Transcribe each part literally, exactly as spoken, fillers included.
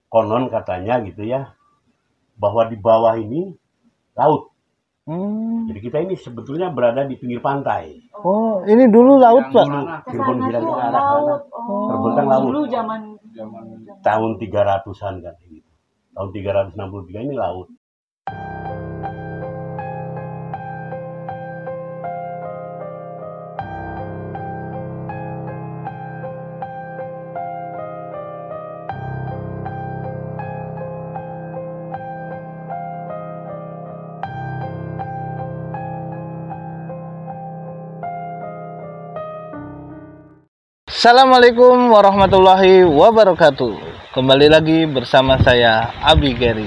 konon katanya gitu ya, bahwa di bawah ini laut. Hmm. Jadi kita ini sebetulnya berada di pinggir pantai. Oh, ini dulu laut, Pak? Dulu, Cirebon Girang ke arah sana. Terbentang laut. Dulu zaman tahun tiga ratusan kan gitu. Tahun tiga ratus enam puluh tiga ini laut. Assalamualaikum warahmatullahi wabarakatuh. Kembali lagi bersama saya Abi Gary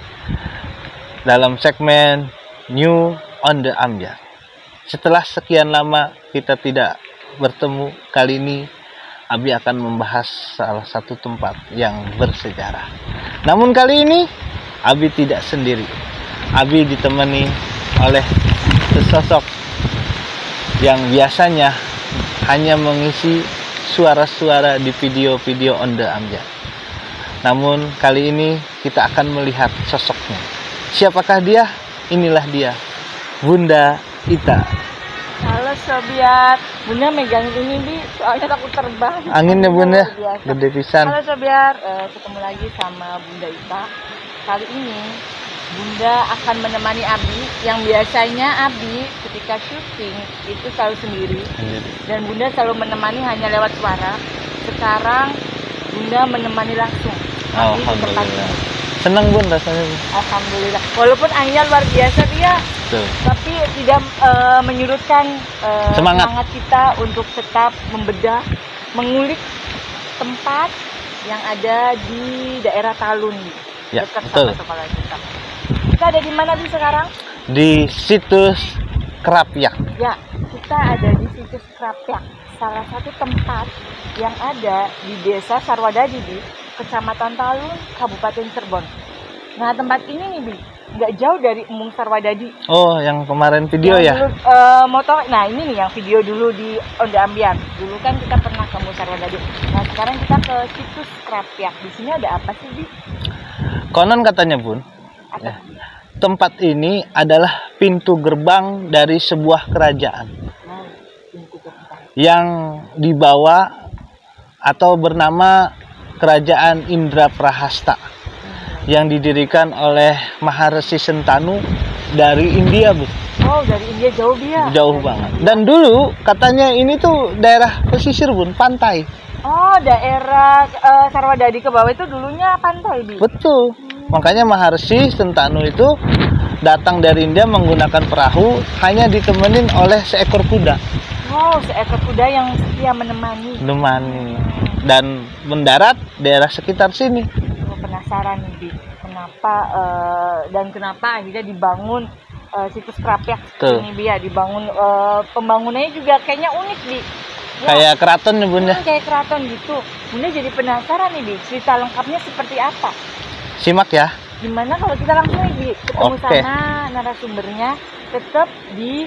dalam segmen New on the Ambyar. Setelah sekian lama kita tidak bertemu, kali ini Abi akan membahas salah satu tempat yang bersejarah. Namun kali ini Abi tidak sendiri. Abi ditemani oleh sesosok yang biasanya hanya mengisi suara-suara di video-video on the Ambyar. Namun kali ini kita akan melihat sosoknya. Siapakah dia? Inilah dia, Bunda Ita. Halo sobiat, Bunda megang ini Bi, soalnya takut terbang. Anginnya Bunda, gede pisan. Halo sobiat, uh, ketemu lagi sama Bunda Ita. Kali ini Bunda akan menemani Abi, yang biasanya Abi ketika syuting itu selalu sendiri dan Bunda selalu menemani hanya lewat suara. Sekarang Bunda menemani langsung Abi di tempatnya. Senang Bun rasanya. Alhamdulillah. Walaupun anginnya luar biasa dia, Tuh. tapi tidak uh, menyurutkan uh, semangat. semangat kita untuk tetap membedah, mengulik tempat yang ada di daerah Talun, ya, dekat betul. sama sekolah kita. Kita ada di mana di sekarang? Di situs Krapyak. Ya, kita ada di situs Krapyak, salah satu tempat yang ada di Desa Sarwadadi, di Kecamatan Talun, Kabupaten Cirebon. Nah, tempat ini nih, Bi, nggak jauh dari Embung Sarwadadi. Oh, yang kemarin video yang ya? Dulu, uh, motor. Nah, ini nih yang video dulu di on the Ambyar. Dulu kan kita pernah ke Embung Sarwadadi. Nah, sekarang kita ke situs Krapyak. Di sini ada apa sih, Bi? Konon katanya, Bun. Ya. Tempat ini adalah pintu gerbang dari sebuah kerajaan nah, yang dibawa atau bernama Kerajaan Indraprahasta hmm. yang didirikan oleh Maharesi Sentanu dari India, Bu. Oh, dari India jauh dia. Jauh dari banget. India. Dan dulu katanya ini tuh daerah pesisir, Bun, pantai. Oh, daerah uh, Sarwadadi ke bawah itu dulunya pantai, Bu. Betul. Makanya Maharesi Sentanu itu datang dari India menggunakan perahu, hanya ditemenin oleh seekor kuda. Oh, seekor kuda yang setia menemani. Menemani. Dan mendarat daerah sekitar sini. Oh, penasaran nih, Bi. Kenapa uh, dan kenapa akhirnya dibangun uh, situs Krapyak ini, Bi ya? Dibangun uh, pembangunannya juga kayaknya unik, Bi. Ya. Kayak keraton nih, Bunda. Hmm, kayak keraton gitu. Bunda jadi penasaran nih, Bi. Cerita lengkapnya seperti apa? Simak ya. Gimana kalau kita langsung lagi ketemu okay. sama narasumbernya, tetap di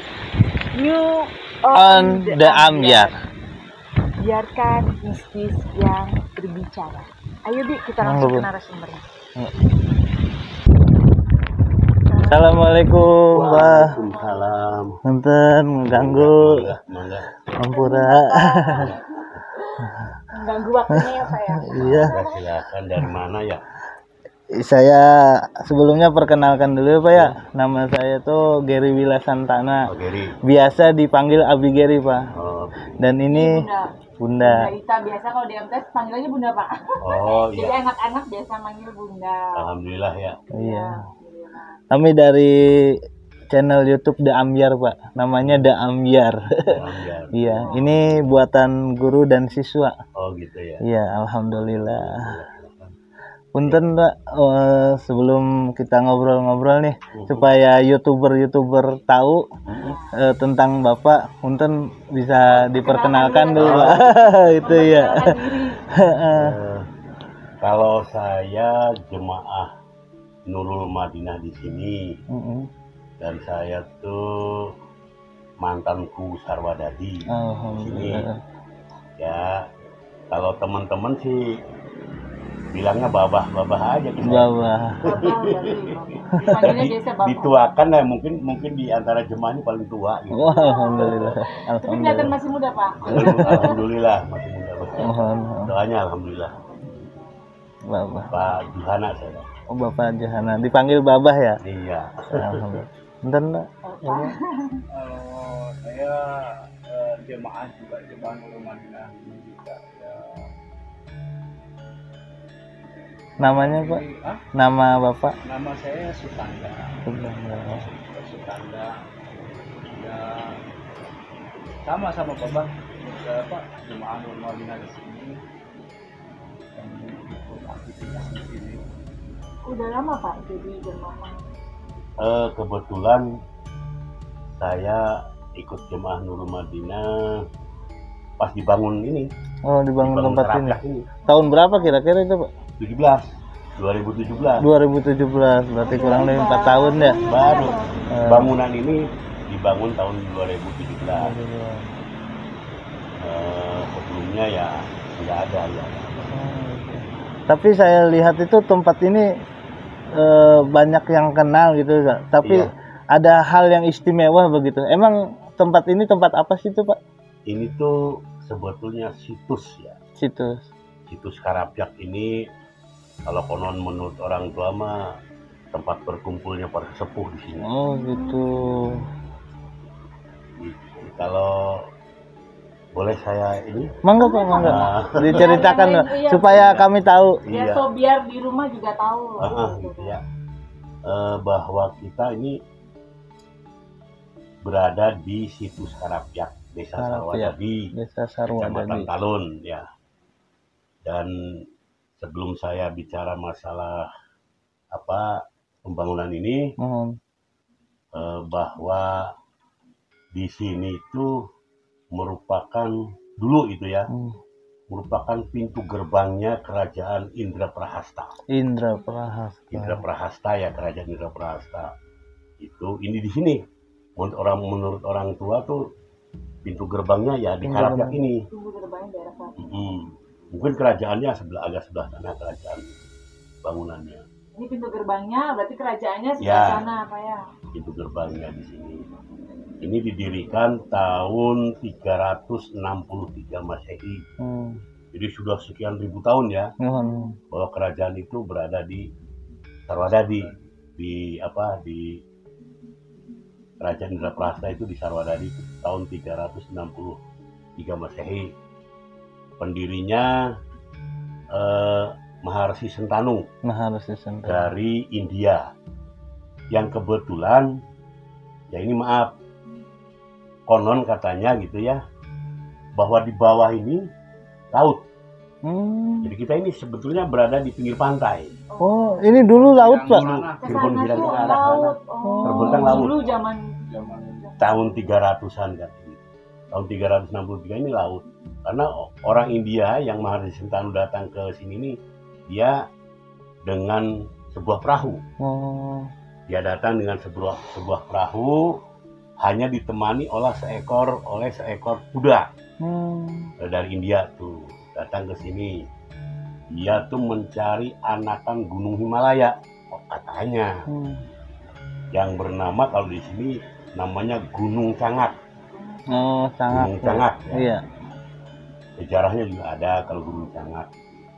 New on, on the, the Ambyar. Biarkan mistis yang berbicara. Ayo, Bi, kita langsung ke narasumbernya. Assalamualaikum, Mbak. Waalaikumsalam. Nonton mengganggu. Ampura. Mengganggu waktunya ya, Pak ya. Iya. Silakan, dari mana ya? Saya sebelumnya perkenalkan dulu, Pak ya. Nama saya tuh Gary Wilasantana. Oh, Gary. Biasa dipanggil Abi Gary, Pak. Oh. Dan ini Bunda. Bunda. Bunda Ita, biasa kalau di M T S panggilannya Bunda, Pak. Oh, iya. Jadi anak-anak biasa manggil Bunda. Alhamdulillah ya. Iya. Kami dari channel YouTube The Ambyar, Pak. Namanya The Ambyar. Ambyar. Iya, ini buatan guru dan siswa. Oh, gitu ya. Iya, alhamdulillah. Punten, Mbak, uh, sebelum kita ngobrol-ngobrol nih, uh-huh. supaya youtuber-youtuber tahu uh, tentang Bapak, punten bisa diperkenalkan dulu, Pak. Itu ya. uh, kalau saya jemaah Nurul Madinah di sini, uh-huh. dan saya tuh mantanku Sarwadadi oh, di sini. Ya, kalau teman-teman sih bilangnya babah-babah aja kita. Babah. Dipanggilnya biasa bapak. Dituakan lah, mungkin mungkin di antara jemaah ini paling tua gitu. Wah, alhamdulillah. Tapi kelihatan masih muda, Pak. Alhamdulillah masih muda. Mohon. Doanya alhamdulillah. Babah. Pak Juhana saya. Oh, Bapak Johana dipanggil Babah ya? Iya. Alhamdulillah. Bentar, Mbak. Kalau saya eh, jemaah juga jemaah Nurul Madinah juga ya. Namanya, Pak? Hah? Nama Bapak? Nama saya Sutanda. Sutanda. Sutanda. Ya sama sama Bapak Bapak jemaah Nurul Madinah di sini. Dan ikut aktivitas di sini. Udah lama, Pak, jadi jemaah? Eh, kebetulan saya ikut jemaah Nurul Madinah pas dibangun ini. Oh, dibangun dibangun tempat ini. Terapiak ini. Tahun berapa kira-kira itu, Pak? tujuh belas dua ribu tujuh belas. dua ribu tujuh belas, berarti kurang lebih empat tahun ya? Baru Eh. bangunan ini dibangun tahun dua ribu tujuh belas. Eh, sebelumnya ya nggak ada ya. Tapi saya lihat itu tempat ini eh, banyak yang kenal gitu, Kak. Tapi Iya. ada hal yang istimewa begitu. Emang tempat ini tempat apa sih itu, Pak? Ini tuh sebetulnya situs ya. Situs. Situs Karapiak ini kalau konon menurut orang tua mah tempat berkumpulnya para sepuh di sini. Oh, gitu. Gitu. Kalau boleh saya ini? Mangga, Pak, mangga. Ah. Diceritakan Pak, Iya, supaya kami tahu. Ya, Iya. so biar di rumah juga tahu. Ah, ah, gitu ya. Eh, bahwa kita ini berada di situs Karapiak, Desa Karapiak, Sarwadadi, Desa Kecamatan Sarwadadi. Talun ya. Dan sebelum saya bicara masalah apa pembangunan ini, Mohon. eh, bahwa di sini itu merupakan dulu itu ya, Hmm. merupakan pintu gerbangnya kerajaan Indra Prahasta. Indra Prahasta. Indra Prahasta ya, kerajaan Indra Prahasta. Itu ini di sini. Menurut orang menurut orang tua tuh pintu gerbangnya ya di Pintu Karapiak gerbang. ini. Tunggu gerbangnya daerah Pak. Mm-mm. Mungkin kerajaannya sebelah agak sebelah sana kerajaan bangunannya. Ini pintu gerbangnya, berarti kerajaannya sebelah Ya. sana, Pak ya. Pintu gerbangnya di sini. Ini didirikan tahun tiga ratus enam puluh tiga Masehi. Hmm. Jadi sudah sekian ribu tahun ya Mohon. bahwa kerajaan itu berada di Sarwadadi, di apa di kerajaan Indra Prahasta itu di Sarwadadi tahun tiga ratus enam puluh tiga Masehi. Pendirinya eh, Maharsi Sentanu Maharsi Sentanu. dari India. Yang kebetulan ya ini maaf konon katanya gitu ya bahwa di bawah ini laut. Hmm. Jadi kita ini sebetulnya berada di pinggir pantai. Oh, ini dulu laut, Pak. Dulu Ke Cirebon sana Girang tuh ke arah sana. laut. Oh. Terbentang laut. Dulu zaman Zaman Tahun tiga ratusan kan. Tahun tiga ratus enam puluh tiga ini laut. Karena orang India yang Maharsi Sentanu datang ke sini ini dia dengan sebuah perahu. Oh. Dia datang dengan sebuah sebuah perahu hanya ditemani oleh seekor oleh seekor kuda Hmm. dari India tuh datang ke sini. Dia tuh mencari anakan Gunung Himalaya, oh, katanya, Hmm. yang bernama kalau di sini namanya Gunung Cangak. Oh, sangat. Gunung Cangak, ya. Iya. Sejarahnya juga ada kalau Gunung Cangak.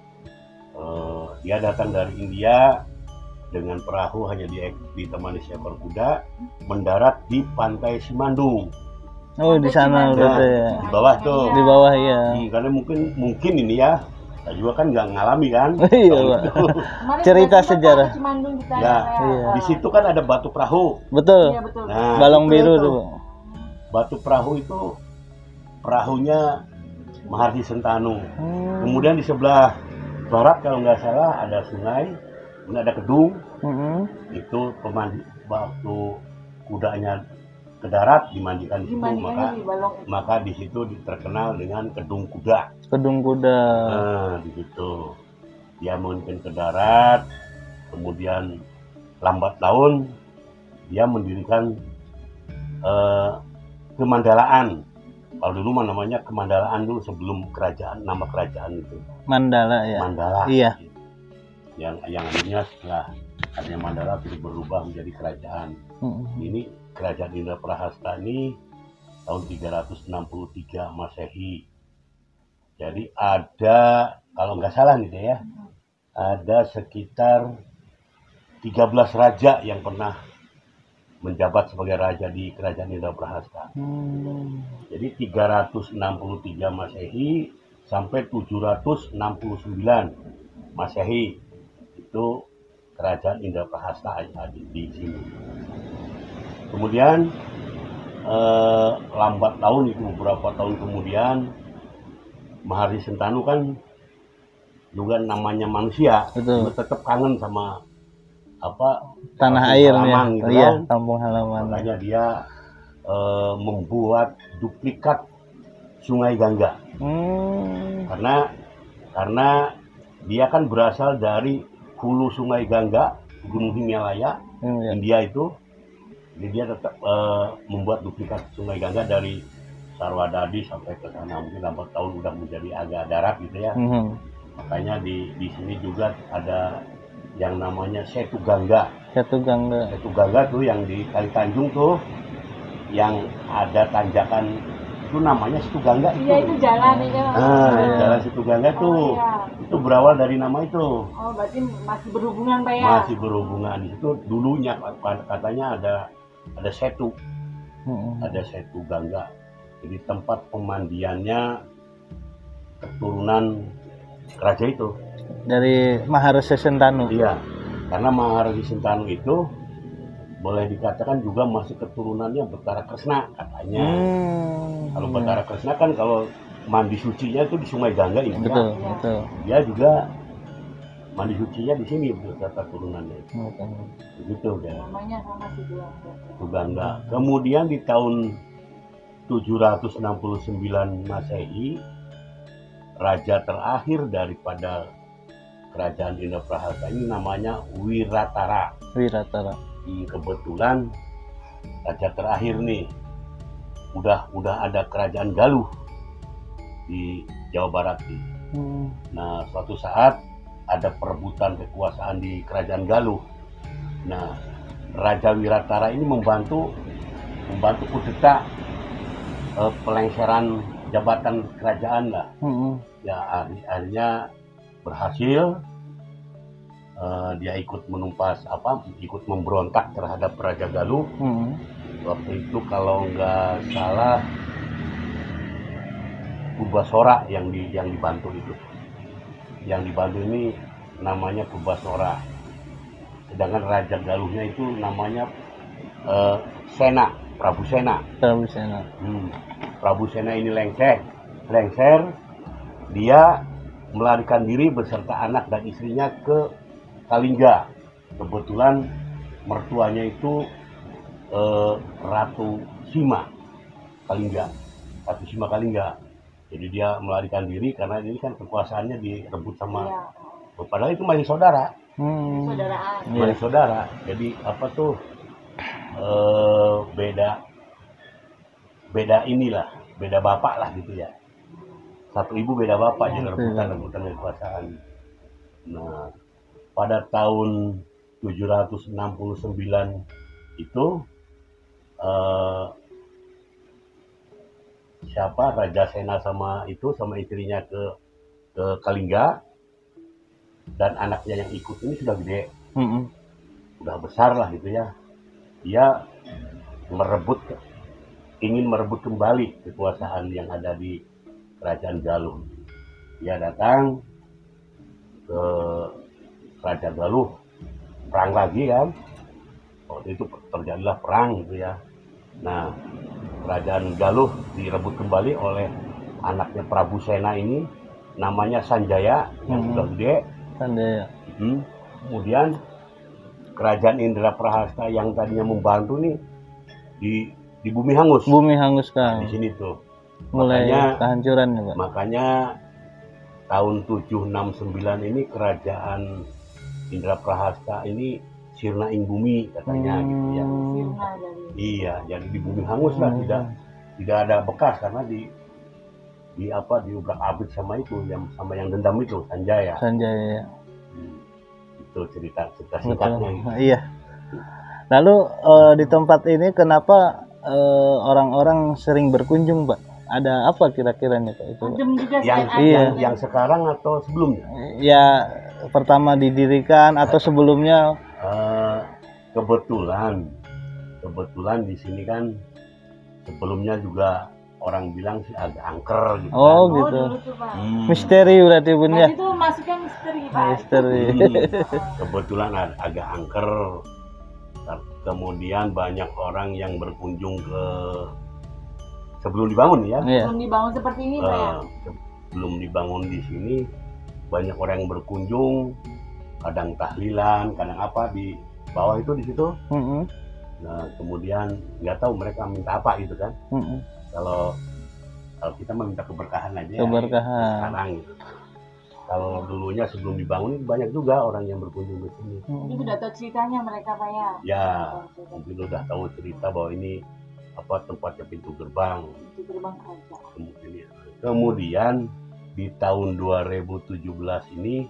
Eh, dia datang dari India dengan perahu hanya di- ditemani seekor kuda, mendarat di pantai Simandung. Oh, di sana Nah, berarti ya. Di bawah tuh. Di bawah ya. Hmm, karena mungkin mungkin ini ya, saya juga kan nggak ngalami kan. Iya, Tahun Pak. itu. kemarin Cerita kita sempat sejarah. ke Cimandung kita Ya, ya. iya. Di situ kan ada batu perahu. Betul. Iya betul. Nah, Balong itu biru tuh. tuh. Batu perahu itu perahunya Maharsi Sentanu. Hmm. Kemudian di sebelah barat kalau nggak salah ada sungai, kemudian ada kedung. Hmm. Itu pemandi waktu kudanya ke darat dimandikan di situ, maka Dimandikannya di balong itu. maka di situ terkenal dengan kedung kuda. Kedung kuda. Nah, di situ dia mungkin ke darat, kemudian lambat laun dia mendirikan eh, Kemandalaan. Kalau dulu mah namanya Kemandalaan dulu sebelum kerajaan, nama kerajaan itu Mandala ya. Mandala. Iya. yang yang akhirnya setelah adanya Mandala itu berubah menjadi kerajaan. Hmm. Ini kerajaan Indraprahasta ini tahun tiga ratus enam puluh tiga Masehi. Jadi ada, kalau nggak salah nih deh ya, ada sekitar tiga belas raja yang pernah menjabat sebagai raja di kerajaan Indraprahasta. Hmm. Jadi tiga ratus enam puluh tiga Masehi sampai tujuh ratus enam puluh sembilan Masehi itu kerajaan Indraprahasta ada di, di sini. Kemudian eh, lambat tahun itu beberapa tahun kemudian Mahari Sentanu kan juga namanya manusia, Betul. juga tetap kangen sama apa Tanah kampung air halaman ya. gitu Iya, kan. kampung halaman. Makanya dia eh, membuat duplikat Sungai Gangga. Hmm. Karena karena dia kan berasal dari hulu Sungai Gangga, Gunung Himalaya, Hmm, ya. India itu. Jadi dia tetap eh, membuat duplikat Sungai Gangga dari Sarwadadi sampai ke sana, mungkin lambat tahun udah menjadi agak darat gitu ya. Hmm. Makanya di di sini juga ada yang namanya Setu Gangga. Satu Gangga. Setu Gangga tuh yang di Kali Tanjung tuh, yang ada tanjakan itu namanya Setu Gangga itu. Iya, itu jalan itu. Nah, jalan Setu Gangga tuh, Oh, iya. itu berawal dari nama itu. Oh, berarti masih berhubungan Pak ya? Masih berhubungan. Itu dulunya katanya ada ada setu, Hmm. ada Setu Gangga. Jadi tempat pemandiannya keturunan raja itu. Dari Maharesi Sentanu. Iya, karena Maharesi Sentanu itu boleh dikatakan juga masih keturunannya Betara Kresna katanya. Hmm. Kalau Betara Kresna kan kalau mandi sucinya itu di Sungai Gangga itu Betul, ya. betul. Dia juga mandi sucinya di sini beserta turunannya. Betul. Begitu udah. Namanya sama sih dia. Setu Gangga. Kemudian di tahun tujuh ratus enam puluh sembilan Masehi, raja terakhir daripada kerajaan Indraprahasta ini namanya Wiratara. Wiratara. Hmm, kebetulan raja terakhir nih udah udah ada kerajaan Galuh di Jawa Barat nih. Hmm. Nah, suatu saat ada perebutan kekuasaan di kerajaan Galuh. Nah, Raja Wiratara ini membantu membantu kudeta eh, pelengseran jabatan kerajaan lah. Hmm. Ya akhir- akhirnya berhasil. Eh, dia ikut menumpas apa ikut memberontak terhadap Raja Galuh. Hmm. Waktu itu kalau nggak salah Purbasora yang di yang dibantu itu. Yang dibantu ini namanya Purbasora. Sedangkan Raja Galuhnya itu namanya eh, Sena, Prabu Sena. Prabu Sena. Hmm. Prabu Sena ini lengser, lengser, dia melarikan diri beserta anak dan istrinya ke Kalingga. Kebetulan mertuanya itu eh, Ratu Sima Kalingga, Ratu Sima Kalingga. Jadi dia melarikan diri karena ini kan kekuasaannya direbut sama, Iya. padahal itu masih saudara, Hmm. Saudaraan. Iya. masih saudara. Jadi apa tuh eh, beda beda inilah, beda bapak lah gitu ya. Satu ibu beda bapak, jadi rebutan-rebutan kekuasaan. Nah, pada tahun tujuh ratus enam puluh sembilan itu eh, siapa Raja Sena sama itu sama istrinya ke ke Kalingga, dan anaknya yang ikut ini sudah gede, Hmm. udah besar lah gitu ya. Dia merebut ingin merebut kembali kekuasaan yang ada di Kerajaan Galuh. Dia datang ke Kerajaan Galuh, perang lagi kan. Waktu itu terjadilah perang gitu ya. Nah, Kerajaan Galuh direbut kembali oleh anaknya Prabu Sena ini, namanya Sanjaya yang Hmm. sudah gede. Sanjaya. Hmm. Kemudian Kerajaan Indraprahasta yang tadinya membantu nih di di bumi hangus. Bumi hangus Nah, Kang. di sini tuh. Mulai Makanya- kehancuran ya, Pak. Makanya tahun tujuh enam sembilan ini kerajaan Indraprahasta ini sirna ing bumi katanya gitu ya. Hmm. Sirna dari. Iya, jadi di bumi hangus lah, Hmm. tidak tidak ada bekas karena di di apa diubrak-abrik sama itu yang sama yang dendam itu Sanjaya. Sanjaya. Hmm. itu cerita cerita Betul. singkatnya. Gitu. Iya. Lalu eh, di tempat ini kenapa eh, orang-orang sering berkunjung, Pak? Ada apa kira-kiranya, Pak? Itu, Pak? Adem juga Yang, selain Iya. yang adem. yang sekarang atau sebelumnya? Ya, pertama didirikan atau sebelumnya? Eh, kebetulan kebetulan di sini kan sebelumnya juga orang bilang sih agak angker gitu. Oh, Oh, gitu. dulu tuh, Pak. Hmm. Misteri berarti Bun ya. Berarti itu masuknya misteri, Pak. Misteri. Hmm. Kebetulan ag- agak angker. Kemudian banyak orang yang berkunjung ke sebelum dibangun ya. Iya. Belum dibangun seperti ini, Pak ya. Eh, sebelum dibangun di sini banyak orang yang berkunjung, kadang tahlilan, kadang apa di bawah itu di situ. Mm-mm. Nah kemudian nggak tahu mereka minta apa gitu kan. Mm-mm. Kalau kalau kita meminta keberkahan aja. Keberkahan. Ya, sekarang gitu. Kalau dulunya sebelum dibangun itu banyak juga orang yang berkunjung ke sini. Ini sudah tahu ceritanya mereka, Pak ya. Ya mungkin udah tahu cerita bahwa ini apa tempatnya pintu gerbang. Itu gerbang kerajaan. Kemudian, kemudian di tahun dua ribu tujuh belas ini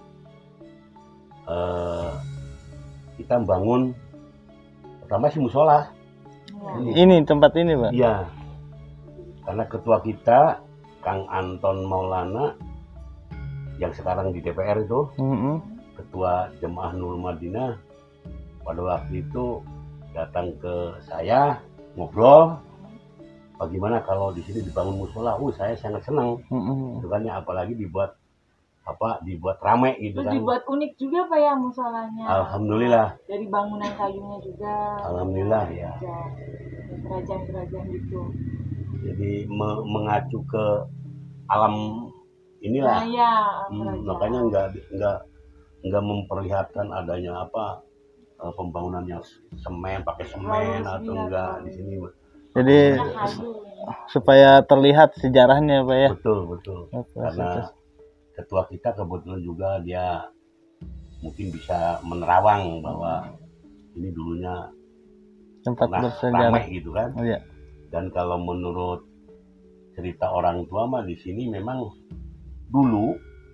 eh, kita bangun pertama sih musola. Iya. Ini tempat ini, Pak. Iya. Karena ketua kita Kang Anton Maulana yang sekarang di D P R itu Mm-mm. ketua Jemaah Nurul Madinah pada waktu itu datang ke saya ngobrol bagaimana kalau di sini dibangun musola. Uh saya sangat senang. Mm-mm. Itu kan ya, apalagi dibuat apa dibuat rame gitu Terus kan. dibuat unik juga, Pak ya, musolanya. Alhamdulillah. Dari bangunan kayunya juga. Alhamdulillah ya. Kerajaan-kerajaan gitu. Jadi me- mengacu ke alam Nah, inilah. ya, Hmm, kerajaan. makanya nggak nggak nggak memperlihatkan adanya apa eh, pembangunan yang semen pakai semen Harus atau lihat, enggak Pak. di sini. Jadi Banyak kayu. supaya terlihat sejarahnya, Pak ya. Betul betul. Oke, Karena terus. ketua kita kebetulan juga dia mungkin bisa menerawang bahwa ini dulunya Tempat pernah bersejarah. ramai gitu kan. Oh, iya. Dan kalau menurut cerita orang tua mah di sini memang dulu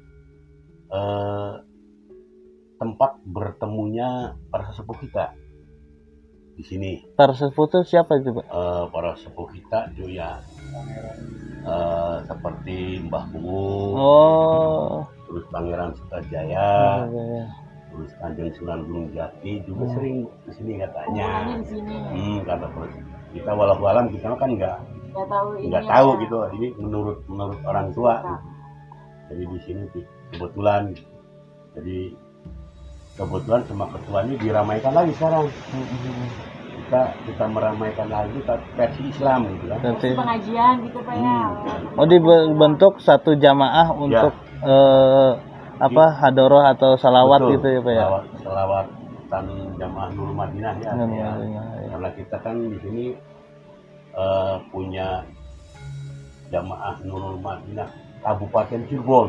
eh, tempat bertemunya para sesepuh kita di sini. Para sesepuh itu siapa itu, Pak? Eh, para sesepuh kita itu ya eh, seperti Mbah Bungu, Oh. terus Pangeran Sutajaya, Iya, iya. terus Kanjeng Sunan Gunung Jati juga Hmm. sering di sini katanya. Kumpulannya di sini. Hmm, kata kita walau alam kita kan nggak Nggak tahu ini. nggak tahu gitu. Ini menurut menurut orang tua. Jadi di sini ke- kebetulan, jadi kebetulan sama ketuanya diramaikan lagi sekarang. Mm-mm. Kita kita meramaikan lagi tapi versi Islam gitu kan. Berarti Pengajian gitu, Pak ya. Hmm. oh dibentuk satu jamaah untuk eh, apa hadoroh atau salawat Betul, gitu ya, Pak ya. Salawat, salawatan Jamaah Nurul Madinah ya. Nurul ya. Madinah, ya. Karena kita kan di sini eh, punya Jamaah Nurul Madinah Kabupaten Cirebon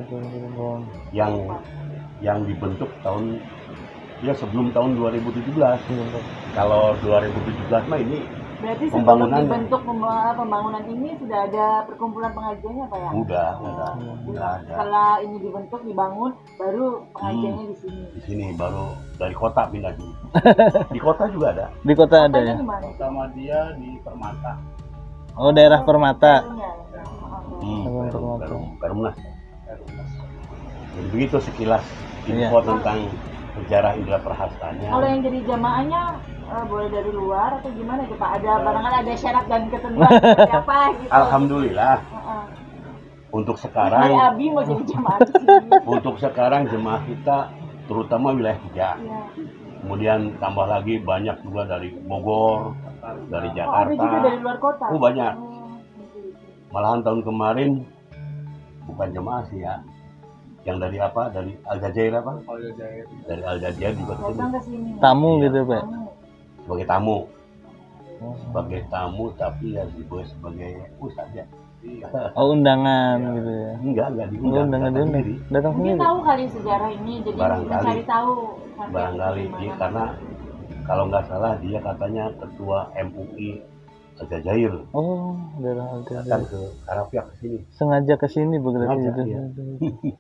yang yang dibentuk tahun ya sebelum tahun dua ribu tujuh belas. Kalau dua ribu tujuh belas mah ini Berarti sebelum Pembangunan. dibentuk pemba- pembangunan ini sudah ada perkumpulan pengajiannya, Pak ya? udah udah udah ada Setelah ini dibentuk, dibangun, baru pengajiannya di sini. di sini baru dari kota pindah dulu. Di kota juga ada. Di kota ada Kotanya ya. di mana? Pertama dia di Permata. Oh, daerah Permata. Barunya, ya. Oke. Hmm, Baru- baru baru- baru baru Munas. Jadi begitu sekilas Iya. info tentang sejarah Indra Prahastanya. Kalau yang jadi jamaahnya eh, boleh dari luar atau gimana tuh, Pak? Ada barangkali ada syarat dan ketentuan seperti apa gitu? Alhamdulillah Heeh. untuk Dari sekarang Abi mau jadi jamaah di sini. untuk sekarang jemaah kita terutama wilayah tiga. Iya. Kemudian tambah lagi banyak juga dari Bogor, dari Oh, ada juga Jakarta. dari luar kota. Oh, banyak. Oh, gitu. Malahan tahun kemarin bukan jemaah sih ya. Yang dari apa? Dari Al-Jazair apa? Oh ya Jair. Dari Al-Jazair juga kesini Datang ke sini. Tamu Iya. gitu, Pak. Tamu. sebagai tamu. Sebagai tamu tapi ya dibuat sebagai ustadz ya. Oh, undangan gitu ya. Enggak, enggak Oh, diundang. undangan datang diundang. sendiri. Datang Mungkin sendiri. tahu kali sejarah ini, jadi Barangkali. mencari tahu. sampai Barangkali gimana. dia karena kalau nggak salah dia katanya ketua M U I Al-Jazair. Oh, daerah Datang Aljazair. ke Karapiak ke sini. Sengaja ke sini berarti Sengaja, gitu. iya.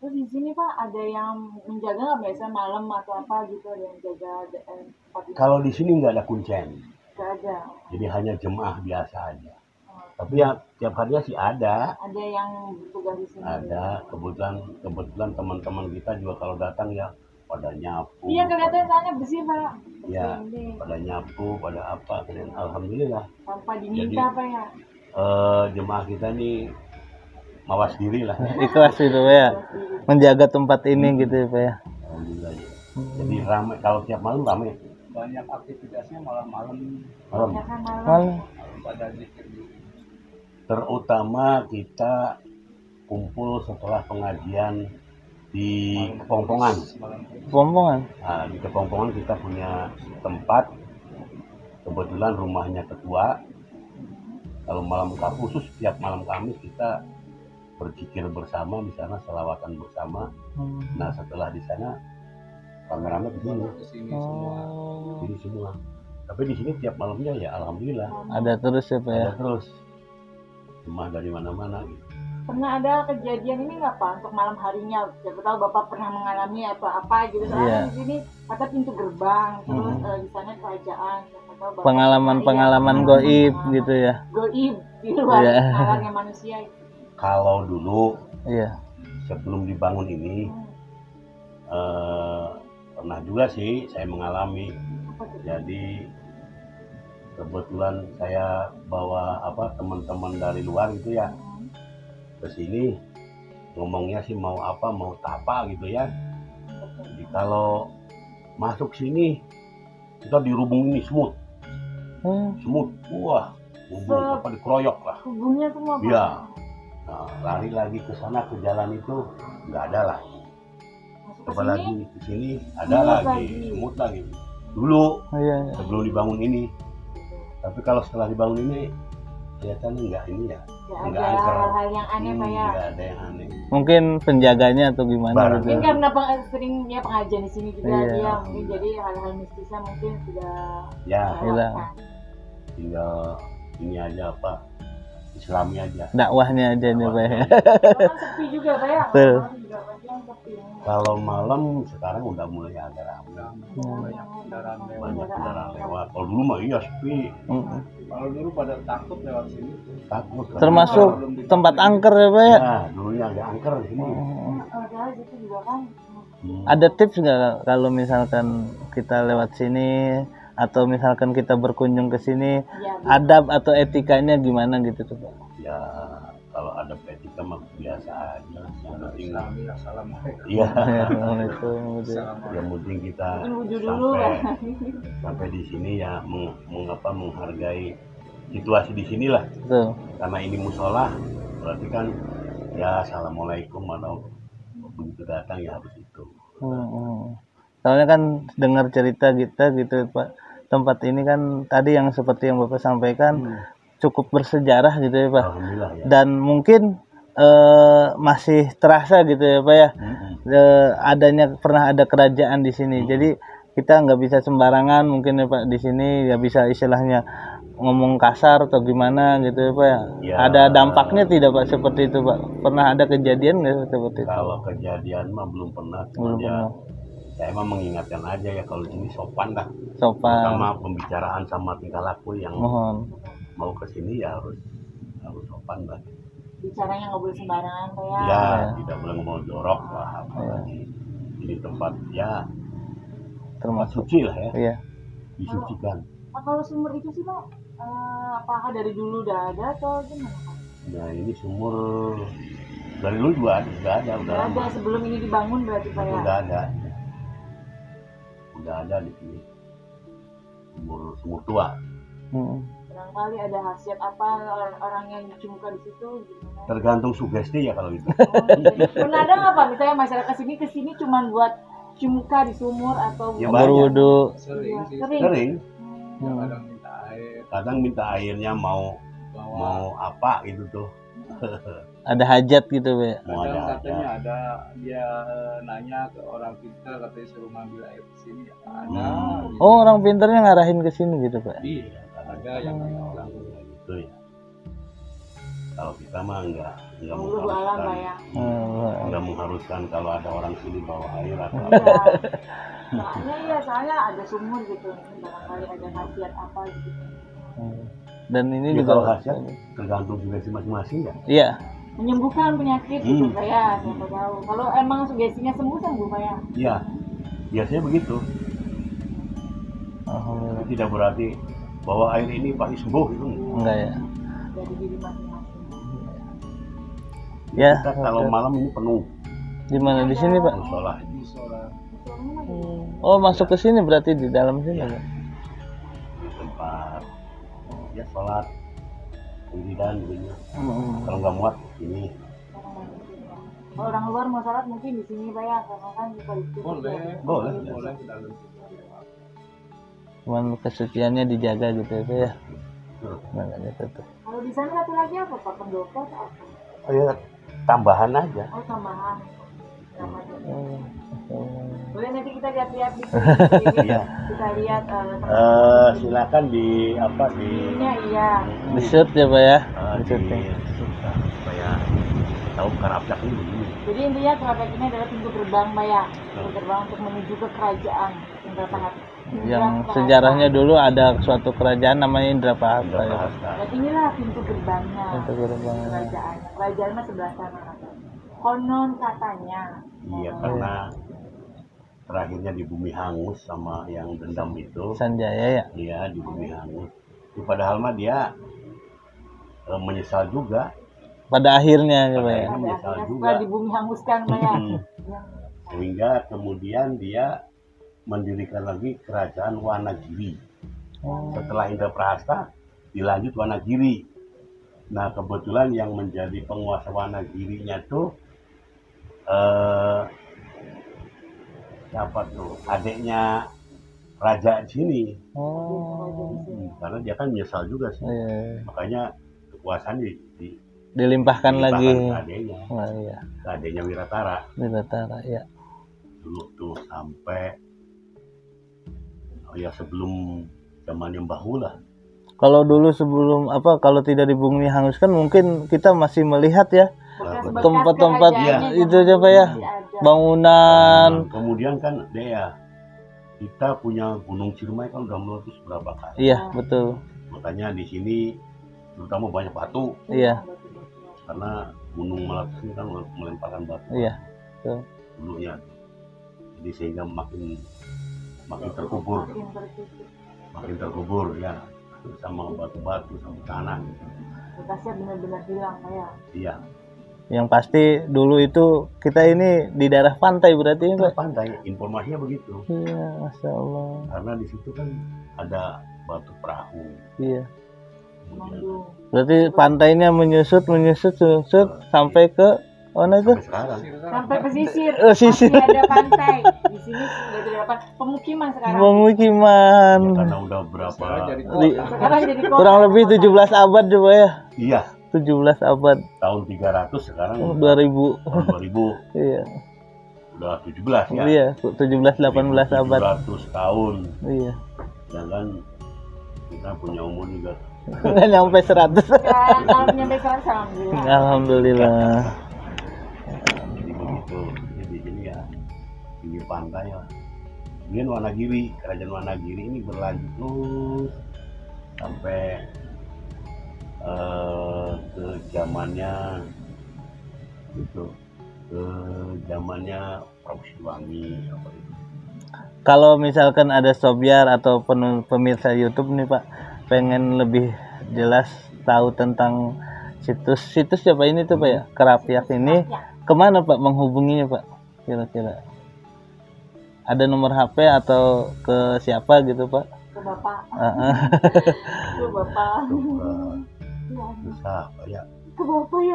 Terus di sini Pak ada yang menjaga nggak, biasa malam atau apa gitu, ada yang jaga eh, tempat ini? Kalau di sini nggak ada kuncen, Nggak ada. jadi hanya jemaah biasa aja. Tapi ya tiap harinya sih ada. Ada yang bertugas di sini. Ada, kebetulan kebetulan teman-teman kita juga kalau datang ya pada nyapu. Iya, kelihatan sana bersih Pak. Ya, Bersih. pada nyapu, pada apa, dan alhamdulillah Tanpa diminta Pak ya. eh, jemaah kita nih mawas diri lah. Ikhlas gitu Pak ya, menjaga tempat ini gitu ya Pak ya. Alhamdulillah ya. Jadi ramai, kalau tiap malam ramai. Banyak aktivitasnya malam-malam Malam. Ya kan malam. Malam. pada zikir dulu. Terutama kita kumpul setelah pengajian di Kepongpongan. Malam Pompongan. Nah, di Kepongpongan kita punya tempat, kebetulan rumahnya ketua. Kalau malam khusus tiap malam Kamis kita berzikir bersama di sana, selawatan bersama. Hmm. Nah setelah di sana rame-rame ke sini, ke sini semua. Oh, jadi semua. Tapi di sini tiap malamnya ya alhamdulillah ada terus ya Pak ya. ada terus jemaah dari mana-mana gitu. Pernah ada kejadian ini nggak Pak untuk malam harinya? Siapa tahu Bapak pernah mengalami atau apa gitu. Soalnya Iya. di sini kata pintu gerbang, terus Hmm. eh, di sana kerajaan. Siapa tahu Bapak Pengalaman-pengalaman Iya, goib pengalaman gitu ya. Goib di luar Iya. nalarnya manusia. Gitu. Kalau dulu Iya. sebelum dibangun ini eh, pernah juga sih saya mengalami. Apa tuh? Jadi kebetulan saya bawa apa teman-teman dari luar gitu ya ke sini, ngomongnya sih mau apa mau tapa gitu ya. Jadi kalau masuk sini kita dirubung ini semut, Hmm. semut, wah, hubung Se- apa dikeroyok lah. Hubungnya semua Pak. Iya. Nah, lari lagi ke sana ke jalan itu nggak ada lah. Masuk ke Coba sini, lagi ke sini ada Semut lagi, lagi. semut lagi. Dulu Iya. Iya. sebelum dibangun ini, tapi kalau setelah dibangun ini kelihatannya nggak ini ya, nggak nggak ada angker. hal-hal yang aneh Hmm, Pak ya. nggak ada yang aneh. Mungkin penjaganya atau gimana Barang. gitu. Mungkin karena peng- seringnya pengajian di sini juga Iya. dia mungkin jadi hal-hal mistisnya mungkin sudah Ya, Hilang. terlewatkan. tinggal ini aja apa Islami aja. Dakwahnya aja nih Pak ya. Karena kan sepi juga Pak ya. Betul. Malam juga pagi sepi. Kalau malam sekarang udah mulai agak ramai, Banyak kendaraan lewat. banyak kendaraan lewat. Kalau dulu mah iya sepi, Mm. Kalau dulu pada takut lewat sini. takut. kan. Termasuk tempat angker ya Pak ya. Ya, dulunya agak angker di sini. Hmm. Padahal itu juga kan Hmm. Ada tips nggak kalau misalkan kita lewat sini atau misalkan kita berkunjung ke sini, ya adab atau etikanya gimana gitu tuh Pak? Ya, kalau ada etika mah biasa aja. Yang penting, Islami, assalamualaikum. iya. Assalamualaikum gitu ya. Yang penting kita mungkin wudhu dulu sampai kan. sampai di sini ya meng, mengapa menghargai situasi di sinilah. Tuh. Karena ini musola, berarti kan ya assalamualaikum atau begitu datang ya harus itu. Hmm, hmm. Soalnya kan dengar cerita kita gitu Pak, tempat ini kan tadi yang seperti yang Bapak sampaikan Hmm. cukup bersejarah gitu ya Pak, Alhamdulillah ya. dan mungkin eh, masih terasa gitu ya Pak ya, Mm-mm. eh, adanya pernah ada kerajaan di sini. Hmm. Jadi kita nggak bisa sembarangan mungkin ya Pak di sini, ya bisa istilahnya ngomong kasar atau gimana gitu ya Pak ya. Ya. Ada dampaknya tidak Pak seperti itu Pak? Pernah ada kejadian nggak seperti itu? Kalau kejadian mah belum pernah, cuman Belum ya pernah. saya emang mengingatkan aja ya kalau di sini sopan dah. Sopan. Sama pembicaraan sama tingkah laku yang Mohon. mau ke sini ya harus harus sopan lah. Bicaranya nggak boleh sembarangan Pak ya. Ya, Ya. tidak boleh ngomong jorok lah apalagi ini tempat ya tempat Termasuk. suci lah ya, Iya. disucikan. Nah, kalau sumber itu sih Pak, eh, apakah dari dulu udah ada atau gimana Pak? Nah ini sumur dari dulu juga ada, sudah ada, udah Udah lama. ada sebelum ini dibangun berarti Pak ya. Udah ada, udah ada di sini sumur sumur tua. Hmm. Barangkali ada khasiat apa orang, orang yang dicumka di situ gimana? Tergantung sugesti ya kalau itu. Pernah ada nggak Pak? Misalnya masyarakat sini ke sini cuma buat cumka di sumur atau Ya, buat- banyak. Berwudu. Sering Iya, sih. sering. Sering, Hmm. Kadang minta air, kadang minta airnya mau bawa. mau apa gitu tuh, Ada hajat gitu Pak. mau Kadang ada katanya aja. ada dia eh, nanya ke orang pintar, katanya suruh ngambil air di sini. Ada. Hmm. gitu. Oh, orang pintarnya ngarahin ke sini gitu Pak. Iya, kadang Ada yang orang gitu ya. Kalau kita mah enggak nggak Allah alam Pak ya. mengharuskan, nggak mengharuskan kalau ada orang sini bawa air atau apa. Iya. Soalnya ya saya ada sumur gitu, barangkali ada khasiat apa gitu. Dan ini Ya, juga kalau khasiat tergantung sugesti masing-masing ya. iya, Menyembuhkan penyakit gitu Hmm. Pak ya, siapa tahu. Kalau emang sugestinya sembuh sembuh Pak ya. Iya, biasanya begitu. alhamdulillah. Tidak berarti bahwa air ini pasti sembuh itu. Enggak ya. Dari diri masing-masing. Ya, Kita kalau oke. malam ini penuh Di mana di sini, Pak? musola. Musola. Oh, masuk ke sini berarti di dalam sini, Pak. Di tempat ya sholat wiridan gitu. Hmm. Kalau nggak muat ini Kalau orang luar mau sholat mungkin di sini Pak ya, karena kan kita itu. Boleh. boleh. Boleh ke dalam. Cuman kesuciannya dijaga gitu ya, Pak ya. Hmm. Nggak ditutup. Kalau di sana satu lagi apa Pak? Pendopo atau apa? Oh ya, tambahan aja. Oh tambahan. Oh, oh. Boleh nanti kita lihat-lihat di sini. Iya. Kita lihat eh, Eh, tempat- silakan di apa di Ininya iya. Di shoot ya, Pak ya. eh, Di di syuting. supaya tahu Karapyak ini begini. Jadi intinya Kerapek ini adalah pintu gerbang Pak ya. Pintu gerbang untuk menuju ke kerajaan Indrapahat. Yang sejarahnya dulu ada suatu kerajaan namanya Indrapahat, Pak ya. Bahasa. Dan inilah pintu gerbangnya. Pintu gerbang. Kerajaan. Kerajaan mah sebelah sana. Konon katanya. Iya, karena terakhirnya di Bumi Hangus sama yang dendam itu. Sanjaya ya. Iya, di Bumi Hangus. Itu padahal mah dia eh, menyesal juga. Pada akhirnya ya, Pak ya. Ada Menyesal akhirnya juga. setelah di bumi hanguskan Pak ya. Hmm. Sehingga kemudian dia mendirikan lagi kerajaan Wanagiri. Oh. Setelah Indraprasta dilanjut Wanagiri. Nah, kebetulan yang menjadi penguasa Wanagirinya tuh eh siapa tuh? Adiknya raja di sini. Oh. Hmm, karena dia kan menyesal juga sih. Iya. Makanya kekuasaan di, di Dilimpahkan lagi. dilimpahkan ke adiknya, Oh iya. ke adiknya Wiratara Di Batara ya. dulu tuh sampai oh ya sebelum zamannya Mbahula. Kalau dulu sebelum apa kalau tidak di bumi hanguskan mungkin kita masih melihat ya Bekas-bekas tempat-tempat kerajaannya itu zaman aja, Pak ya. dulu masih ada. Bangunan. Kemudian kan Dea, kita punya Gunung Ciremai kan udah meletus berapa kali. Iya, betul. Makanya di sini terutama banyak batu Iya, karena gunung meletus ini kan melemparkan batu iya. Betul. dulunya. Jadi sehingga makin makin terkubur, Makin tertutup. makin terkubur ya sama batu-batu sama tanah. Bekasnya benar-benar hilang Pak ya. Iya. Yang pasti dulu itu kita ini di daerah pantai berarti ya, Itu Pak. pantai, informasinya begitu. Iya, Masya Allah. Karena di situ kan ada batu perahu. Iya. Kemudian Manggung. Berarti pantainya menyusut, menyusut, menyusut sampai ke mana itu? sampai sekarang. Sampai pesisir. Eh, sisir. Masih ada pantai. Di sini sudah tidak apa pemukiman sekarang. Pemukiman. Ya, karena udah berapa? Sekarang jadi Di- kota. Sekarang jadi kota. Kurang lebih tujuh belas abad coba ya. Iya, tujuh belas abad. tahun tiga ratus sekarang Oh, udah- dua ribu. tahun dua ribu Iya. udah tujuh belas ya. Iya, tujuh belas delapan belas abad. tujuh ratus tahun. Iya. Jangan kita punya umur juga. Nggak nyampe seratus. Ya, kalau nyampe sekarang alhamdulillah. Alhamdulillah. Jadi begitu. Jadi di sini ya pinggir pantai lah. Kemudian Wanagiri, kerajaan Wanagiri ini berlanjut terus sampai eh, ke zamannya itu ke zamannya Prabu Siliwangi apa itu. Kalau misalkan ada sobiar atau pen- pemirsa YouTube nih Pak, pengen lebih jelas tahu tentang situs-situs apa ini tuh Pak ya, Kerapyak ini, kemana Pak menghubunginya Pak? Kira-kira ada nomor H P atau ke siapa gitu Pak? Ke Bapak. Heeh. Ke Bapak. Itu ke bisa apa ya? Ke Bapak ya.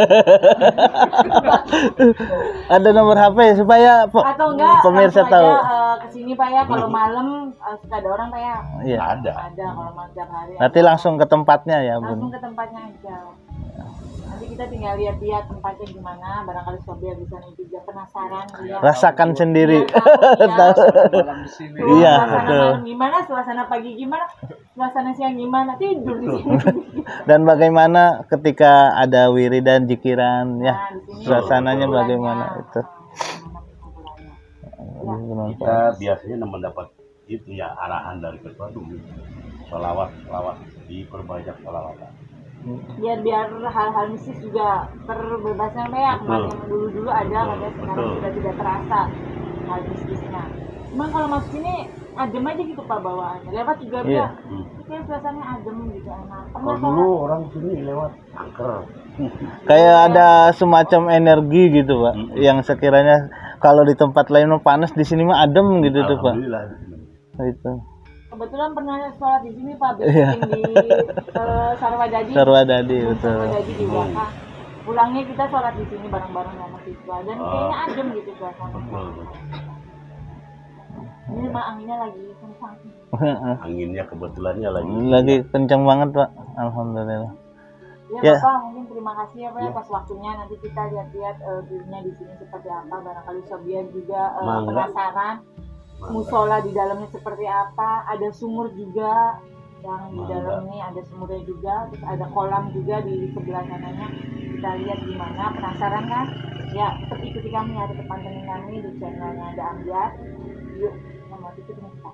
Ada nomor H P supaya pe- Atau enggak pemirsa langsung tahu. aja, eh, ke sini Pak ya kalau malam eh, suka ada orang Pak ya. Iya. Ada. Ada kalau malam tiap hari. Nanti ada. langsung ke tempatnya ya langsung Bun. ke tempatnya aja. Nanti kita tinggal lihat-lihat tempatnya gimana, barangkali Sobia bisa nih juga penasaran ya. Rasakan sendiri. Iya, Malam di sini. Iya, suasana betul. malam gimana, suasana pagi gimana, suasana siang gimana, tidur di sini. Dan bagaimana ketika ada wiridan jikiran ya, Nah, di sini suasananya perkumpulannya. bagaimana itu? Nah, Kita biasanya mendapat itu ya arahan dari ketua dulu. Salawat, salawat, diperbanyak salawatan. biar biar hal-hal mistis juga terbebasnya ya, kemarin yang dulu-dulu ada, katanya sekarang Betul. sudah tidak terasa hal mistisnya. Cuman kalau masuk sini adem aja gitu Pak bawaannya, lewat juga Iya. ya, Hmm. kayak suasananya adem gitu, enak. Pernah Kalau dulu orang sini lewat angker. Kayak ada semacam energi gitu Pak, Mm-mm. yang sekiranya kalau di tempat lain mah panas, di sini mah adem gitu tuh Pak. Alhamdulillah di sini. Itu. kebetulan pernah sholat di sini Pak, Iya. bikin di uh, Sarwadadi. Sarwadadi, Di betul. Sarwadadi di belakang. Pulangnya kita sholat di sini bareng-bareng sama siswa dan Oh. kayaknya adem gitu suasananya. Betul, betul. Ini mah anginnya lagi kencang. Anginnya kebetulannya lagi. Lagi kencang banget Pak, alhamdulillah. Ya, Ya. Bapak mungkin terima kasih ya Pak ya Ya. atas waktunya. Nanti kita lihat-lihat uh, dirinya di sini seperti apa. Barangkali Sobian juga uh, Mangga. penasaran. Musola di dalamnya seperti apa. Ada sumur juga yang di Mangga. dalam ini ada sumurnya juga. Terus ada kolam juga di sebelah sananya. Kita lihat gimana. Penasaran kan? Ya, tetap ikuti kami ya, tetap pantengin kami di channelnya Ada Ambiar. Yuk, sama ikutin kita.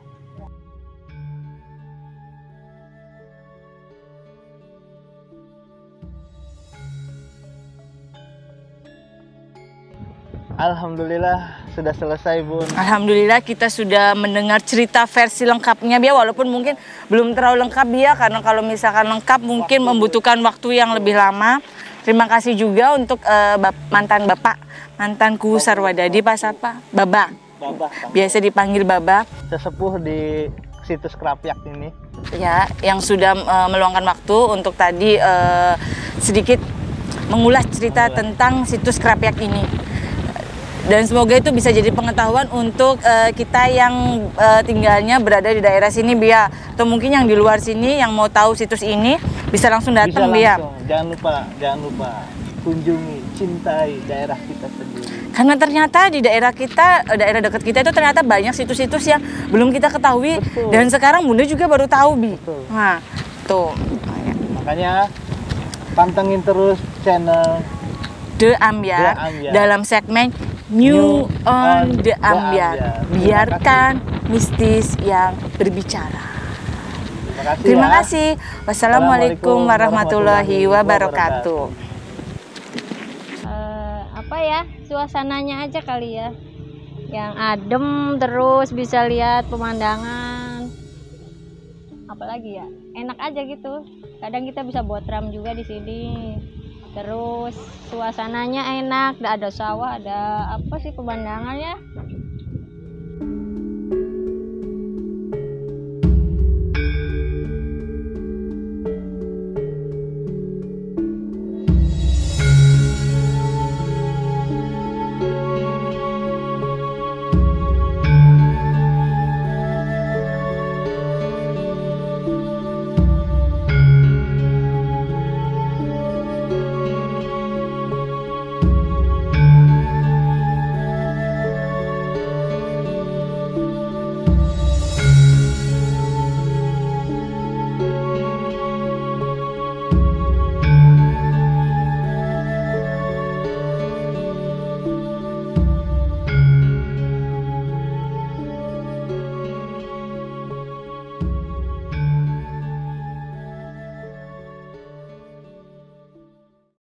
Alhamdulillah sudah selesai Bun. Alhamdulillah kita sudah mendengar cerita versi lengkapnya Bia, walaupun mungkin belum terlalu lengkap Bia, karena kalau misalkan lengkap mungkin membutuhkan waktu yang lebih lama. Terima kasih juga untuk eh, bap- mantan bapak, mantanku Sarwadadi Pak Sapa, Baba, biasa dipanggil Baba, Sesepuh di situs Krapyak ini. ya, yang sudah eh, meluangkan waktu untuk tadi eh, sedikit mengulas cerita tentang situs Krapyak ini. Dan semoga itu bisa jadi pengetahuan untuk eh, kita yang eh, tinggalnya berada di daerah sini Bia, atau mungkin yang di luar sini yang mau tahu situs ini bisa langsung Bisa datang Bia. langsung. Jangan lupa, jangan lupa kunjungi, cintai daerah kita sendiri. Karena ternyata di daerah kita, eh, daerah dekat kita itu ternyata banyak situs-situs yang belum kita ketahui. Betul. Dan sekarang Bunda juga baru tahu Bi. Betul. Nah, tuh. Makanya pantengin terus channel The Ambiar, The Ambiar. dalam segmen New on The Ambiar. Ambiar. Biarkan mistis yang berbicara. Terima kasih. Terima ya. kasih. Wassalamualaikum warahmatullahi wabarakatuh. Eh, apa ya, suasananya aja kali ya, yang adem, terus bisa lihat pemandangan, apalagi ya, enak aja gitu. Kadang kita bisa buat ram juga di sini, terus suasananya enak, ada sawah, ada apa sih pemandangannya,